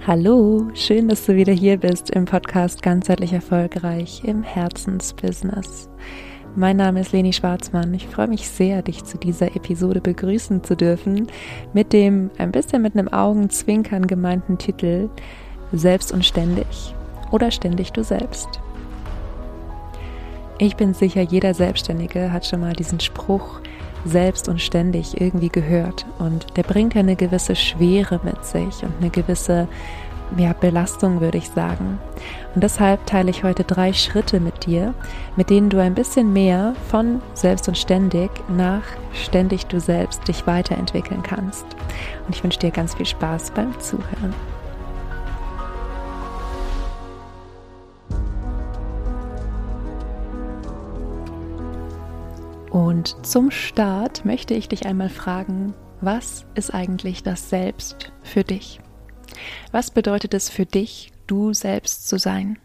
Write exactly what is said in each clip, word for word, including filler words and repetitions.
Hallo, schön, dass du wieder hier bist im Podcast Ganzheitlich Erfolgreich im Herzensbusiness. Mein Name ist Leni Schwarzmann. Ich freue mich sehr, dich zu dieser Episode begrüßen zu dürfen mit dem ein bisschen mit einem Augenzwinkern gemeinten Titel Selbst und ständig oder ständig du selbst. Ich bin sicher, jeder Selbstständige hat schon mal diesen Spruch selbst und ständig irgendwie gehört und der bringt ja eine gewisse Schwere mit sich und eine gewisse ja, Belastung, würde ich sagen. Und deshalb teile ich heute drei Schritte mit dir, mit denen du ein bisschen mehr von selbst und ständig nach ständig du selbst dich weiterentwickeln kannst. Und ich wünsche dir ganz viel Spaß beim Zuhören. Und zum Start möchte ich dich einmal fragen, was ist eigentlich das Selbst für dich? Was bedeutet es für dich, du selbst zu sein?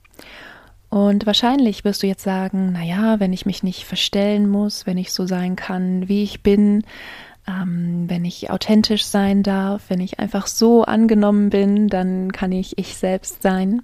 Und wahrscheinlich wirst du jetzt sagen, naja, wenn ich mich nicht verstellen muss, wenn ich so sein kann, wie ich bin, ähm, wenn ich authentisch sein darf, wenn ich einfach so angenommen bin, dann kann ich ich selbst sein.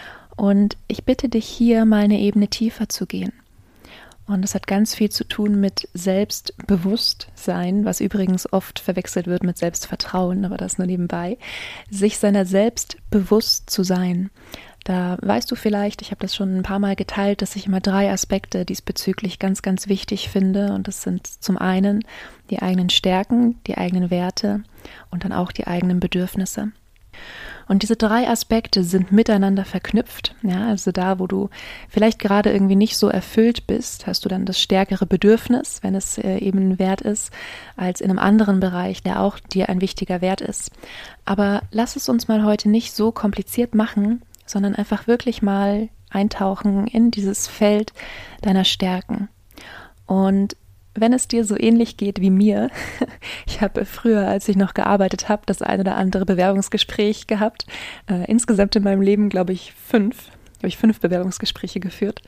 Und ich bitte dich hier mal eine Ebene tiefer zu gehen. Und das hat ganz viel zu tun mit Selbstbewusstsein, was übrigens oft verwechselt wird mit Selbstvertrauen, aber das nur nebenbei. Sich seiner selbst bewusst zu sein. Da weißt du vielleicht, ich habe das schon ein paar Mal geteilt, dass ich immer drei Aspekte diesbezüglich ganz, ganz wichtig finde. Und das sind zum einen die eigenen Stärken, die eigenen Werte und dann auch die eigenen Bedürfnisse. Und diese drei Aspekte sind miteinander verknüpft. Ja, also da, wo du vielleicht gerade irgendwie nicht so erfüllt bist, hast du dann das stärkere Bedürfnis, wenn es äh, eben ein Wert ist, als in einem anderen Bereich, der auch dir ein wichtiger Wert ist. Aber lass es uns mal heute nicht so kompliziert machen, sondern einfach wirklich mal eintauchen in dieses Feld deiner Stärken. Und wenn es dir so ähnlich geht wie mir, ich habe früher, als ich noch gearbeitet habe, das ein oder andere Bewerbungsgespräch gehabt. Äh, insgesamt in meinem Leben, glaube ich, fünf. Habe ich fünf Bewerbungsgespräche geführt.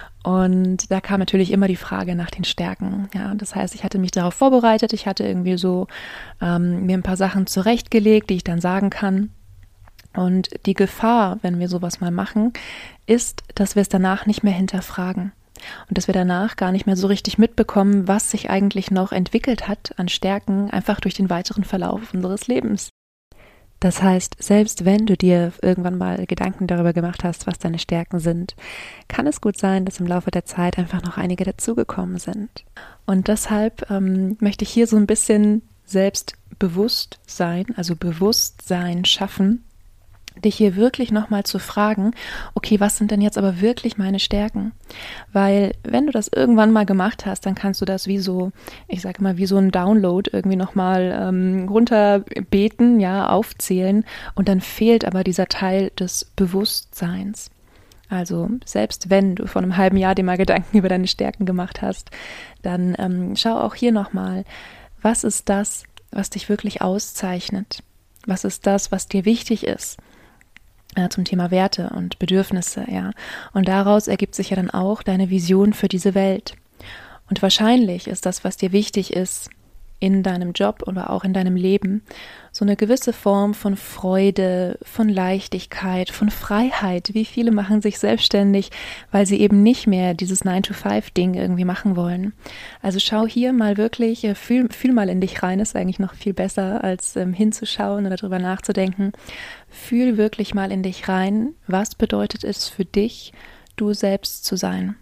Und da kam natürlich immer die Frage nach den Stärken. Ja, das heißt, ich hatte mich darauf vorbereitet. Ich hatte irgendwie so ähm, mir ein paar Sachen zurechtgelegt, die ich dann sagen kann. Und die Gefahr, wenn wir sowas mal machen, ist, dass wir es danach nicht mehr hinterfragen. Und dass wir danach gar nicht mehr so richtig mitbekommen, was sich eigentlich noch entwickelt hat an Stärken, einfach durch den weiteren Verlauf unseres Lebens. Das heißt, selbst wenn du dir irgendwann mal Gedanken darüber gemacht hast, was deine Stärken sind, kann es gut sein, dass im Laufe der Zeit einfach noch einige dazugekommen sind. Und deshalb ähm, möchte ich hier so ein bisschen Selbstbewusstsein, also Bewusstsein schaffen, dich hier wirklich nochmal zu fragen, okay, was sind denn jetzt aber wirklich meine Stärken? Weil wenn du das irgendwann mal gemacht hast, dann kannst du das wie so, ich sage mal, wie so ein Download irgendwie nochmal ähm, runterbeten, ja, aufzählen und dann fehlt aber dieser Teil des Bewusstseins. Also selbst wenn du vor einem halben Jahr dir mal Gedanken über deine Stärken gemacht hast, dann ähm, schau auch hier nochmal, was ist das, was dich wirklich auszeichnet? Was ist das, was dir wichtig ist? Ja, zum Thema Werte und Bedürfnisse, ja. Und daraus ergibt sich ja dann auch deine Vision für diese Welt. Und wahrscheinlich ist das, was dir wichtig ist in deinem Job oder auch in deinem Leben, so eine gewisse Form von Freude, von Leichtigkeit, von Freiheit. Wie viele machen sich selbstständig, weil sie eben nicht mehr dieses nine to five Ding irgendwie machen wollen. Also schau hier mal wirklich, fühl, fühl mal in dich rein, ist eigentlich noch viel besser, als ähm, hinzuschauen oder darüber nachzudenken. Fühl wirklich mal in dich rein, was bedeutet es für dich, du selbst zu sein.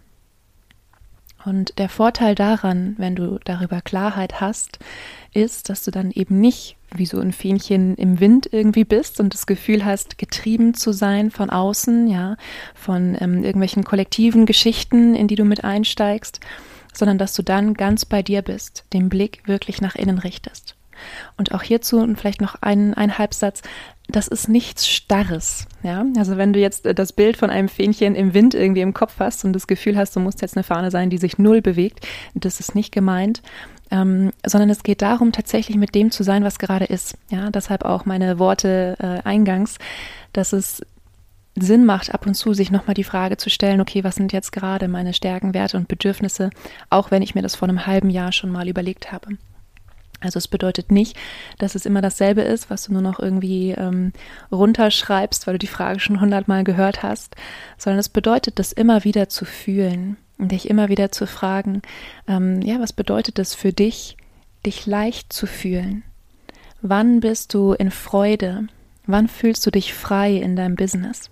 Und der Vorteil daran, wenn du darüber Klarheit hast, ist, dass du dann eben nicht wie so ein Fähnchen im Wind irgendwie bist und das Gefühl hast, getrieben zu sein von außen, ja, von ähm, irgendwelchen kollektiven Geschichten, in die du mit einsteigst, sondern dass du dann ganz bei dir bist, den Blick wirklich nach innen richtest. Und auch hierzu und vielleicht noch ein, ein Halbsatz, das ist nichts Starres, ja, also wenn du jetzt das Bild von einem Fähnchen im Wind irgendwie im Kopf hast und das Gefühl hast, du musst jetzt eine Fahne sein, die sich null bewegt, das ist nicht gemeint, ähm, sondern es geht darum, tatsächlich mit dem zu sein, was gerade ist, ja, deshalb auch meine Worte äh, eingangs, dass es Sinn macht, ab und zu sich nochmal die Frage zu stellen, okay, was sind jetzt gerade meine Stärken, Werte und Bedürfnisse, auch wenn ich mir das vor einem halben Jahr schon mal überlegt habe. Also es bedeutet nicht, dass es immer dasselbe ist, was du nur noch irgendwie ähm, runterschreibst, weil du die Frage schon hundertmal gehört hast, sondern es bedeutet, das immer wieder zu fühlen und dich immer wieder zu fragen, ähm, ja, was bedeutet es für dich, dich leicht zu fühlen? Wann bist du in Freude? Wann fühlst du dich frei in deinem Business?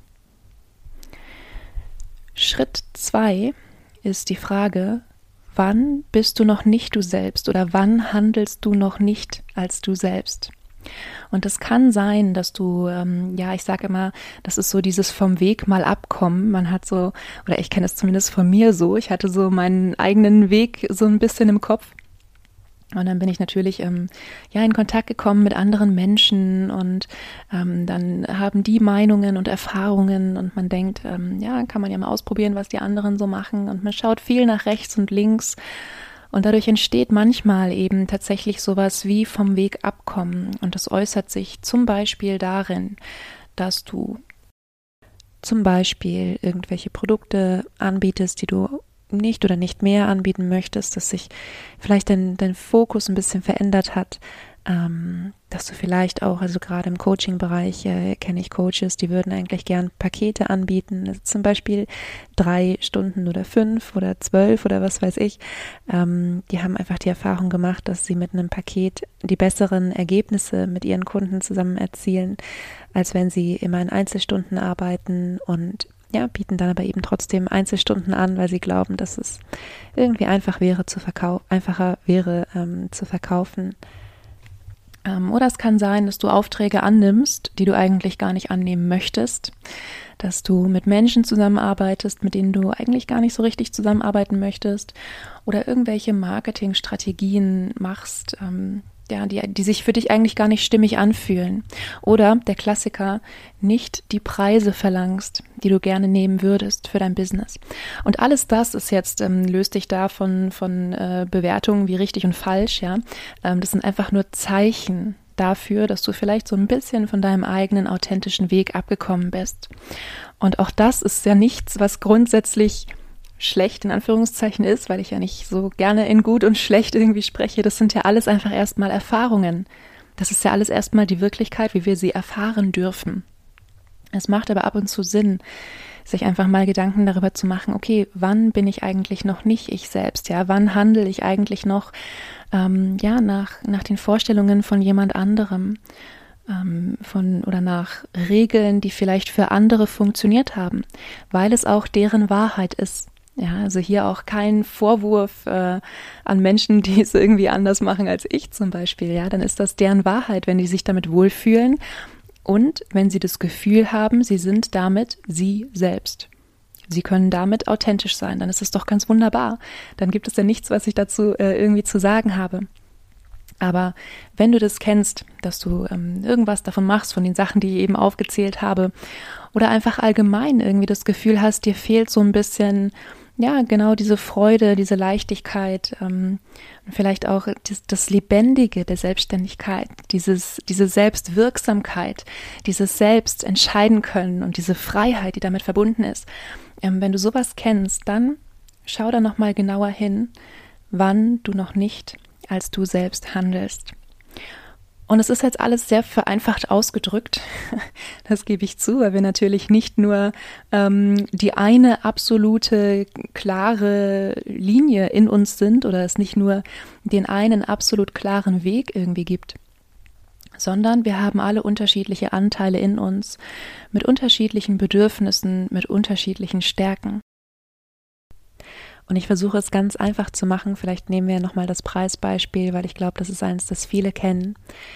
Schritt zwei ist die Frage, wann bist du noch nicht du selbst oder wann handelst du noch nicht als du selbst? Und es kann sein, dass du, ähm, ja, ich sage immer, das ist so dieses vom Weg mal abkommen. Man hat so, oder ich kenne es zumindest von mir so, ich hatte so meinen eigenen Weg so ein bisschen im Kopf. Und dann bin ich natürlich ähm, ja in Kontakt gekommen mit anderen Menschen und ähm, dann haben die Meinungen und Erfahrungen und man denkt, ähm, ja, kann man ja mal ausprobieren, was die anderen so machen und man schaut viel nach rechts und links und dadurch entsteht manchmal eben tatsächlich sowas wie vom Weg abkommen und das äußert sich zum Beispiel darin, dass du zum Beispiel irgendwelche Produkte anbietest, die du nicht oder nicht mehr anbieten möchtest, dass sich vielleicht dein, dein Fokus ein bisschen verändert hat, ähm, dass du vielleicht auch, also gerade im Coaching-Bereich äh, kenne ich Coaches, die würden eigentlich gern Pakete anbieten, also zum Beispiel drei Stunden oder fünf oder zwölf oder was weiß ich. Ähm, die haben einfach die Erfahrung gemacht, dass sie mit einem Paket die besseren Ergebnisse mit ihren Kunden zusammen erzielen, als wenn sie immer in Einzelstunden arbeiten und ja, bieten dann aber eben trotzdem Einzelstunden an, weil sie glauben, dass es irgendwie einfach wäre zu verkaufen, einfacher wäre ähm, zu verkaufen. Ähm, oder es kann sein, dass du Aufträge annimmst, die du eigentlich gar nicht annehmen möchtest, dass du mit Menschen zusammenarbeitest, mit denen du eigentlich gar nicht so richtig zusammenarbeiten möchtest oder irgendwelche Marketingstrategien machst, ähm, ja, die, die sich für dich eigentlich gar nicht stimmig anfühlen. Oder der Klassiker, nicht die Preise verlangst, die du gerne nehmen würdest für dein Business. Und alles das ist jetzt, ähm, löst dich da von, von äh, Bewertungen wie richtig und falsch, ja. Ähm, das sind einfach nur Zeichen dafür, dass du vielleicht so ein bisschen von deinem eigenen authentischen Weg abgekommen bist. Und auch das ist ja nichts, was grundsätzlich schlecht in Anführungszeichen ist, weil ich ja nicht so gerne in gut und schlecht irgendwie spreche. Das sind ja alles einfach erstmal Erfahrungen. Das ist ja alles erstmal die Wirklichkeit, wie wir sie erfahren dürfen. Es macht aber ab und zu Sinn, sich einfach mal Gedanken darüber zu machen, okay, wann bin ich eigentlich noch nicht ich selbst? Ja, wann handle ich eigentlich noch ähm, ja nach nach den Vorstellungen von jemand anderem? Ähm, von oder nach Regeln, die vielleicht für andere funktioniert haben, weil es auch deren Wahrheit ist. Ja, also hier auch kein Vorwurf äh, an Menschen, die es irgendwie anders machen als ich zum Beispiel. Ja, dann ist das deren Wahrheit, wenn die sich damit wohlfühlen und wenn sie das Gefühl haben, sie sind damit sie selbst. Sie können damit authentisch sein, dann ist es doch ganz wunderbar. Dann gibt es ja nichts, was ich dazu äh, irgendwie zu sagen habe. Aber wenn du das kennst, dass du ähm, irgendwas davon machst, von den Sachen, die ich eben aufgezählt habe, oder einfach allgemein irgendwie das Gefühl hast, dir fehlt so ein bisschen, ja, genau diese Freude, diese Leichtigkeit, ähm, vielleicht auch das, das Lebendige der Selbstständigkeit, dieses, diese Selbstwirksamkeit, dieses Selbst entscheiden können und diese Freiheit, die damit verbunden ist. Ähm, wenn du sowas kennst, dann schau da nochmal genauer hin, wann du noch nicht als du selbst handelst. Und es ist jetzt alles sehr vereinfacht ausgedrückt, das gebe ich zu, weil wir natürlich nicht nur ähm, die eine absolute, klare Linie in uns sind oder es nicht nur den einen absolut klaren Weg irgendwie gibt, sondern wir haben alle unterschiedliche Anteile in uns mit unterschiedlichen Bedürfnissen, mit unterschiedlichen Stärken. Und ich versuche es ganz einfach zu machen. Vielleicht nehmen wir nochmal das Preisbeispiel, weil ich glaube, das ist eines, das viele kennen.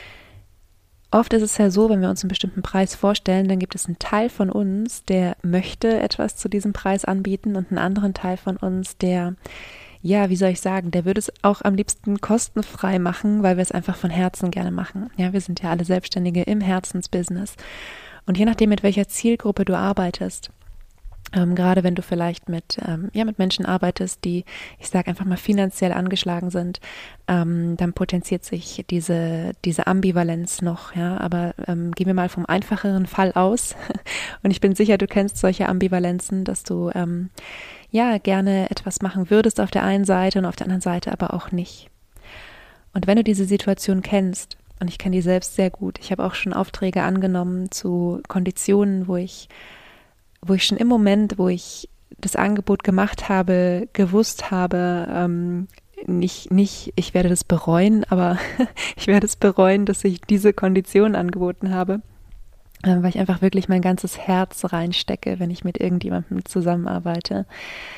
Oft ist es ja so, wenn wir uns einen bestimmten Preis vorstellen, dann gibt es einen Teil von uns, der möchte etwas zu diesem Preis anbieten und einen anderen Teil von uns, der, ja, wie soll ich sagen, der würde es auch am liebsten kostenfrei machen, weil wir es einfach von Herzen gerne machen. Ja, wir sind ja alle Selbstständige im Herzensbusiness. Und je nachdem, mit welcher Zielgruppe du arbeitest, Ähm, gerade wenn du vielleicht mit, ähm, ja, mit Menschen arbeitest, die, ich sage einfach mal, finanziell angeschlagen sind, ähm, dann potenziert sich diese, diese Ambivalenz noch, ja, aber ähm, gehen wir mal vom einfacheren Fall aus und ich bin sicher, du kennst solche Ambivalenzen, dass du, ähm, ja, gerne etwas machen würdest auf der einen Seite und auf der anderen Seite aber auch nicht. Und wenn du diese Situation kennst, und ich kenne die selbst sehr gut, ich habe auch schon Aufträge angenommen zu Konditionen, wo ich, wo ich schon im Moment, wo ich das Angebot gemacht habe, gewusst habe, ähm, nicht, nicht, ich werde das bereuen, aber ich werde es bereuen, dass ich diese Konditionen angeboten habe, äh, weil ich einfach wirklich mein ganzes Herz reinstecke, wenn ich mit irgendjemandem zusammenarbeite.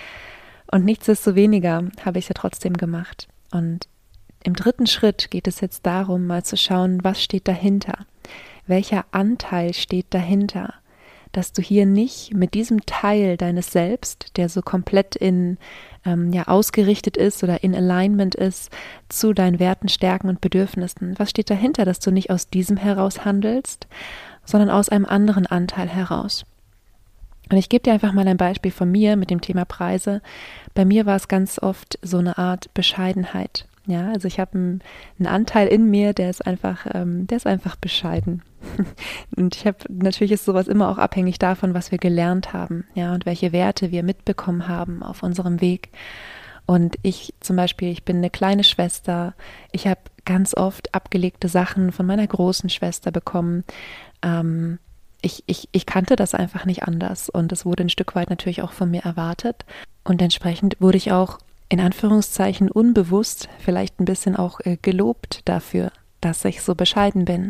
Und nichtsdestoweniger habe ich es ja trotzdem gemacht. Und im dritten Schritt geht es jetzt darum, mal zu schauen, was steht dahinter? Welcher Anteil steht dahinter? Dass du hier nicht mit diesem Teil deines Selbst, der so komplett in, ähm, ja, ausgerichtet ist oder in Alignment ist zu deinen Werten, Stärken und Bedürfnissen, was steht dahinter, dass du nicht aus diesem heraus handelst, sondern aus einem anderen Anteil heraus? Und ich gebe dir einfach mal ein Beispiel von mir mit dem Thema Preise. Bei mir war es ganz oft so eine Art Bescheidenheit. Ja, also ich habe einen, einen Anteil in mir, der ist einfach, ähm, der ist einfach bescheiden. Und ich habe, natürlich ist sowas immer auch abhängig davon, was wir gelernt haben, ja, und welche Werte wir mitbekommen haben auf unserem Weg. Und ich zum Beispiel, ich bin eine kleine Schwester. Ich habe ganz oft abgelegte Sachen von meiner großen Schwester bekommen. Ähm, ich, ich, ich kannte das einfach nicht anders. Und es wurde ein Stück weit natürlich auch von mir erwartet. Und entsprechend wurde ich auch in Anführungszeichen unbewusst vielleicht ein bisschen auch äh, gelobt dafür, dass ich so bescheiden bin.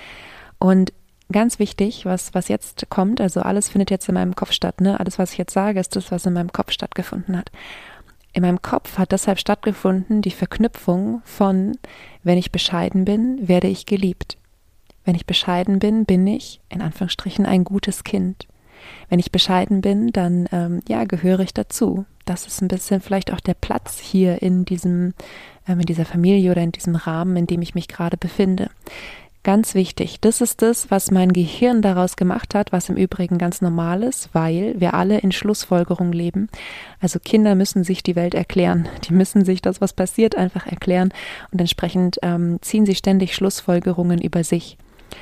Und ganz wichtig, was, was jetzt kommt, also alles findet jetzt in meinem Kopf statt, ne? Alles, was ich jetzt sage, ist das, was in meinem Kopf stattgefunden hat. In meinem Kopf hat deshalb stattgefunden die Verknüpfung von, wenn ich bescheiden bin, werde ich geliebt. Wenn ich bescheiden bin, bin ich, in Anführungsstrichen, ein gutes Kind. Wenn ich bescheiden bin, dann ähm, ja, gehöre ich dazu. Das ist ein bisschen vielleicht auch der Platz hier in diesem, ähm, in dieser Familie oder in diesem Rahmen, in dem ich mich gerade befinde. Ganz wichtig, das ist das, was mein Gehirn daraus gemacht hat, was im Übrigen ganz normal ist, weil wir alle in Schlussfolgerung leben. Also Kinder müssen sich die Welt erklären. Die müssen sich das, was passiert, einfach erklären und entsprechend ähm, ziehen sie ständig Schlussfolgerungen über sich.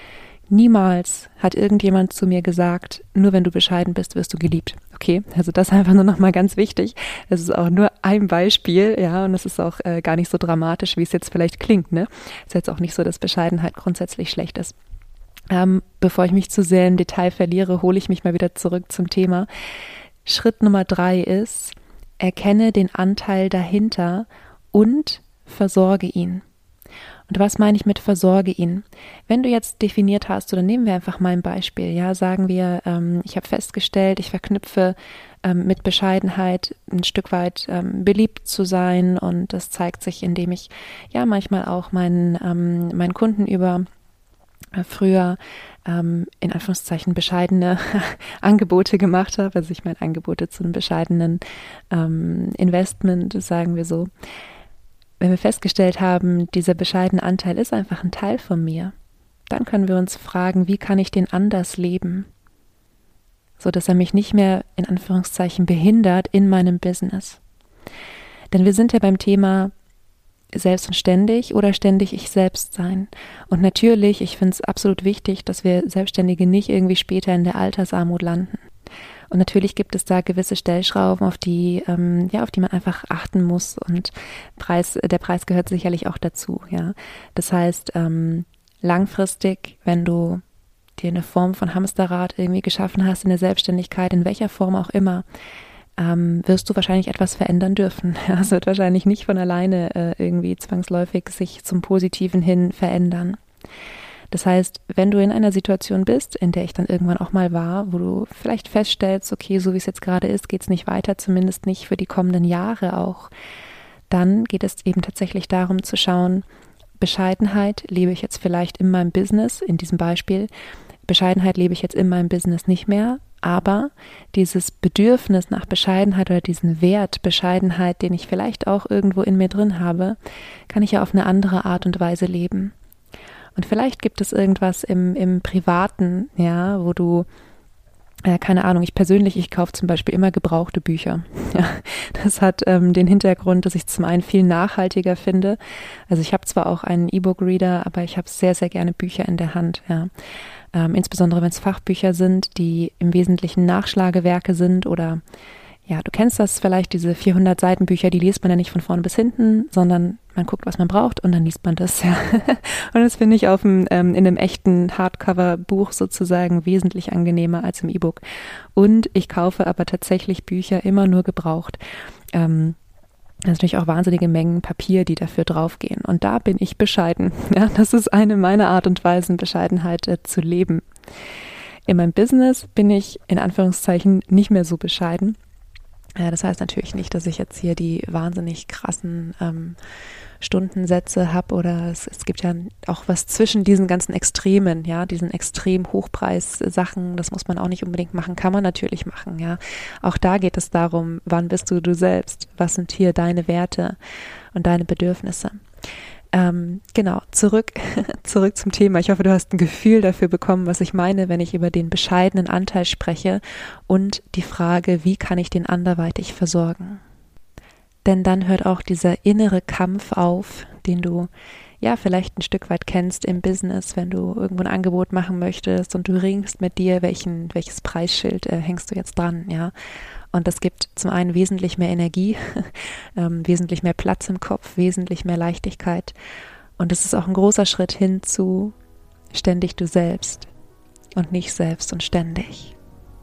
Niemals hat irgendjemand zu mir gesagt, nur wenn du bescheiden bist, wirst du geliebt. Okay, also das einfach nur nochmal ganz wichtig. Das ist auch nur ein Beispiel, ja, und das ist auch äh, gar nicht so dramatisch, wie es jetzt vielleicht klingt, ne? Ist jetzt auch nicht so, dass Bescheidenheit grundsätzlich schlecht ist. Ähm, bevor ich mich zu sehr im Detail verliere, hole ich mich mal wieder zurück zum Thema. Schritt Nummer drei ist, erkenne den Anteil dahinter und versorge ihn. Und was meine ich mit versorge ihn? Wenn du jetzt definiert hast, oder nehmen wir einfach mal ein Beispiel, ja, sagen wir, ähm, ich habe festgestellt, ich verknüpfe ähm, mit Bescheidenheit ein Stück weit ähm, beliebt zu sein und das zeigt sich, indem ich ja manchmal auch meinen, ähm, meinen Kunden über äh, früher ähm, in Anführungszeichen bescheidene Angebote gemacht habe, also ich meine Angebote zu einem bescheidenen ähm, Investment, sagen wir so. Wenn wir festgestellt haben, dieser bescheidene Anteil ist einfach ein Teil von mir, dann können wir uns fragen, wie kann ich den anders leben, so dass er mich nicht mehr in Anführungszeichen behindert in meinem Business. Denn wir sind ja beim Thema selbst und ständig oder ständig ich selbst sein. Und natürlich, ich finde es absolut wichtig, dass wir Selbstständige nicht irgendwie später in der Altersarmut landen. Und natürlich gibt es da gewisse Stellschrauben, auf die, ähm, ja, auf die man einfach achten muss. Und Preis, der Preis gehört sicherlich auch dazu, ja. Das heißt, ähm, langfristig, wenn du dir eine Form von Hamsterrad irgendwie geschaffen hast in der Selbstständigkeit, in welcher Form auch immer, ähm, wirst du wahrscheinlich etwas verändern dürfen. Ja, es wird wahrscheinlich nicht von alleine äh, irgendwie zwangsläufig sich zum Positiven hin verändern. Das heißt, wenn du in einer Situation bist, in der ich dann irgendwann auch mal war, wo du vielleicht feststellst, okay, so wie es jetzt gerade ist, geht es nicht weiter, zumindest nicht für die kommenden Jahre auch, dann geht es eben tatsächlich darum zu schauen, Bescheidenheit lebe ich jetzt vielleicht in meinem Business, in diesem Beispiel, Bescheidenheit lebe ich jetzt in meinem Business nicht mehr, aber dieses Bedürfnis nach Bescheidenheit oder diesen Wert Bescheidenheit, den ich vielleicht auch irgendwo in mir drin habe, kann ich ja auf eine andere Art und Weise leben. Und vielleicht gibt es irgendwas im, im Privaten, ja, wo du, äh, keine Ahnung, ich persönlich, ich kaufe zum Beispiel immer gebrauchte Bücher. Ja, das hat ähm, den Hintergrund, dass ich es zum einen viel nachhaltiger finde. Also ich habe zwar auch einen E-Book-Reader, aber ich habe sehr, sehr gerne Bücher in der Hand, ja. Ähm, insbesondere wenn es Fachbücher sind, die im Wesentlichen Nachschlagewerke sind oder Ja, du kennst das vielleicht, diese vierhundert Seiten Bücher, die liest man ja nicht von vorne bis hinten, sondern man guckt, was man braucht und dann liest man das, ja. Und das finde ich auf dem, ähm, in einem echten Hardcover-Buch sozusagen wesentlich angenehmer als im E-Book. Und ich kaufe aber tatsächlich Bücher immer nur gebraucht. Ähm, Das sind natürlich auch wahnsinnige Mengen Papier, die dafür draufgehen. Und da bin ich bescheiden. Ja, das ist eine meiner Art und Weisen, Bescheidenheit äh, zu leben. In meinem Business bin ich in Anführungszeichen nicht mehr so bescheiden. Ja, das heißt natürlich nicht, dass ich jetzt hier die wahnsinnig krassen ähm, Stundensätze habe oder es, es gibt ja auch was zwischen diesen ganzen Extremen, ja, diesen extrem Hochpreis-Sachen, das muss man auch nicht unbedingt machen, kann man natürlich machen, ja. Auch da geht es darum, wann bist du du selbst, was sind hier deine Werte und deine Bedürfnisse. Ähm, genau, zurück, zurück zum Thema. Ich hoffe, du hast ein Gefühl dafür bekommen, was ich meine, wenn ich über den bescheidenen Anteil spreche und die Frage, wie kann ich den anderweitig versorgen? Denn dann hört auch dieser innere Kampf auf, den du ja vielleicht ein Stück weit kennst im Business, wenn du irgendwo ein Angebot machen möchtest und du ringst mit dir, welchen, welches Preisschild äh, hängst du jetzt dran, ja? Und das gibt zum einen wesentlich mehr Energie, ähm, wesentlich mehr Platz im Kopf, wesentlich mehr Leichtigkeit. Und es ist auch ein großer Schritt hin zu ständig du selbst und nicht selbst und ständig.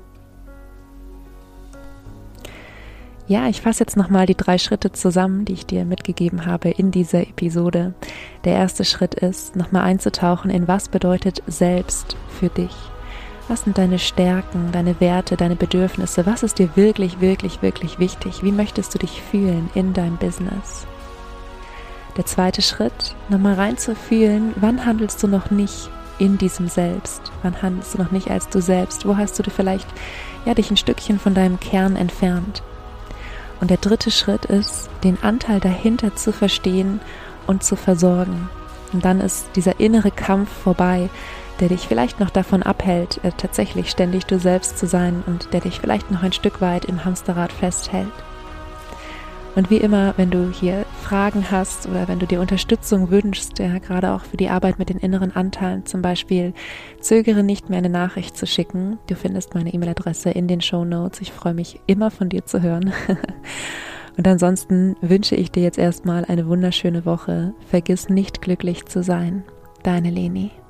Ja, ich fasse jetzt nochmal die drei Schritte zusammen, die ich dir mitgegeben habe in dieser Episode. Der erste Schritt ist, nochmal einzutauchen in was bedeutet selbst für dich. Was sind deine Stärken, deine Werte, deine Bedürfnisse? Was ist dir wirklich, wirklich, wirklich wichtig? Wie möchtest du dich fühlen in deinem Business? Der zweite Schritt, nochmal reinzufühlen, wann handelst du noch nicht in diesem Selbst? Wann handelst du noch nicht als du selbst? Wo hast du vielleicht ja, dich ein Stückchen von deinem Kern entfernt? Und der dritte Schritt ist, den Anteil dahinter zu verstehen und zu versorgen. Und dann ist dieser innere Kampf vorbei, der dich vielleicht noch davon abhält, äh, tatsächlich ständig du selbst zu sein und der dich vielleicht noch ein Stück weit im Hamsterrad festhält. Und wie immer, wenn du hier Fragen hast oder wenn du dir Unterstützung wünschst, ja, gerade auch für die Arbeit mit den inneren Anteilen zum Beispiel, zögere nicht mehr eine Nachricht zu schicken. Du findest meine E-Mail-Adresse in den Shownotes. Ich freue mich immer von dir zu hören. Und ansonsten wünsche ich dir jetzt erstmal eine wunderschöne Woche. Vergiss nicht glücklich zu sein. Deine Leni.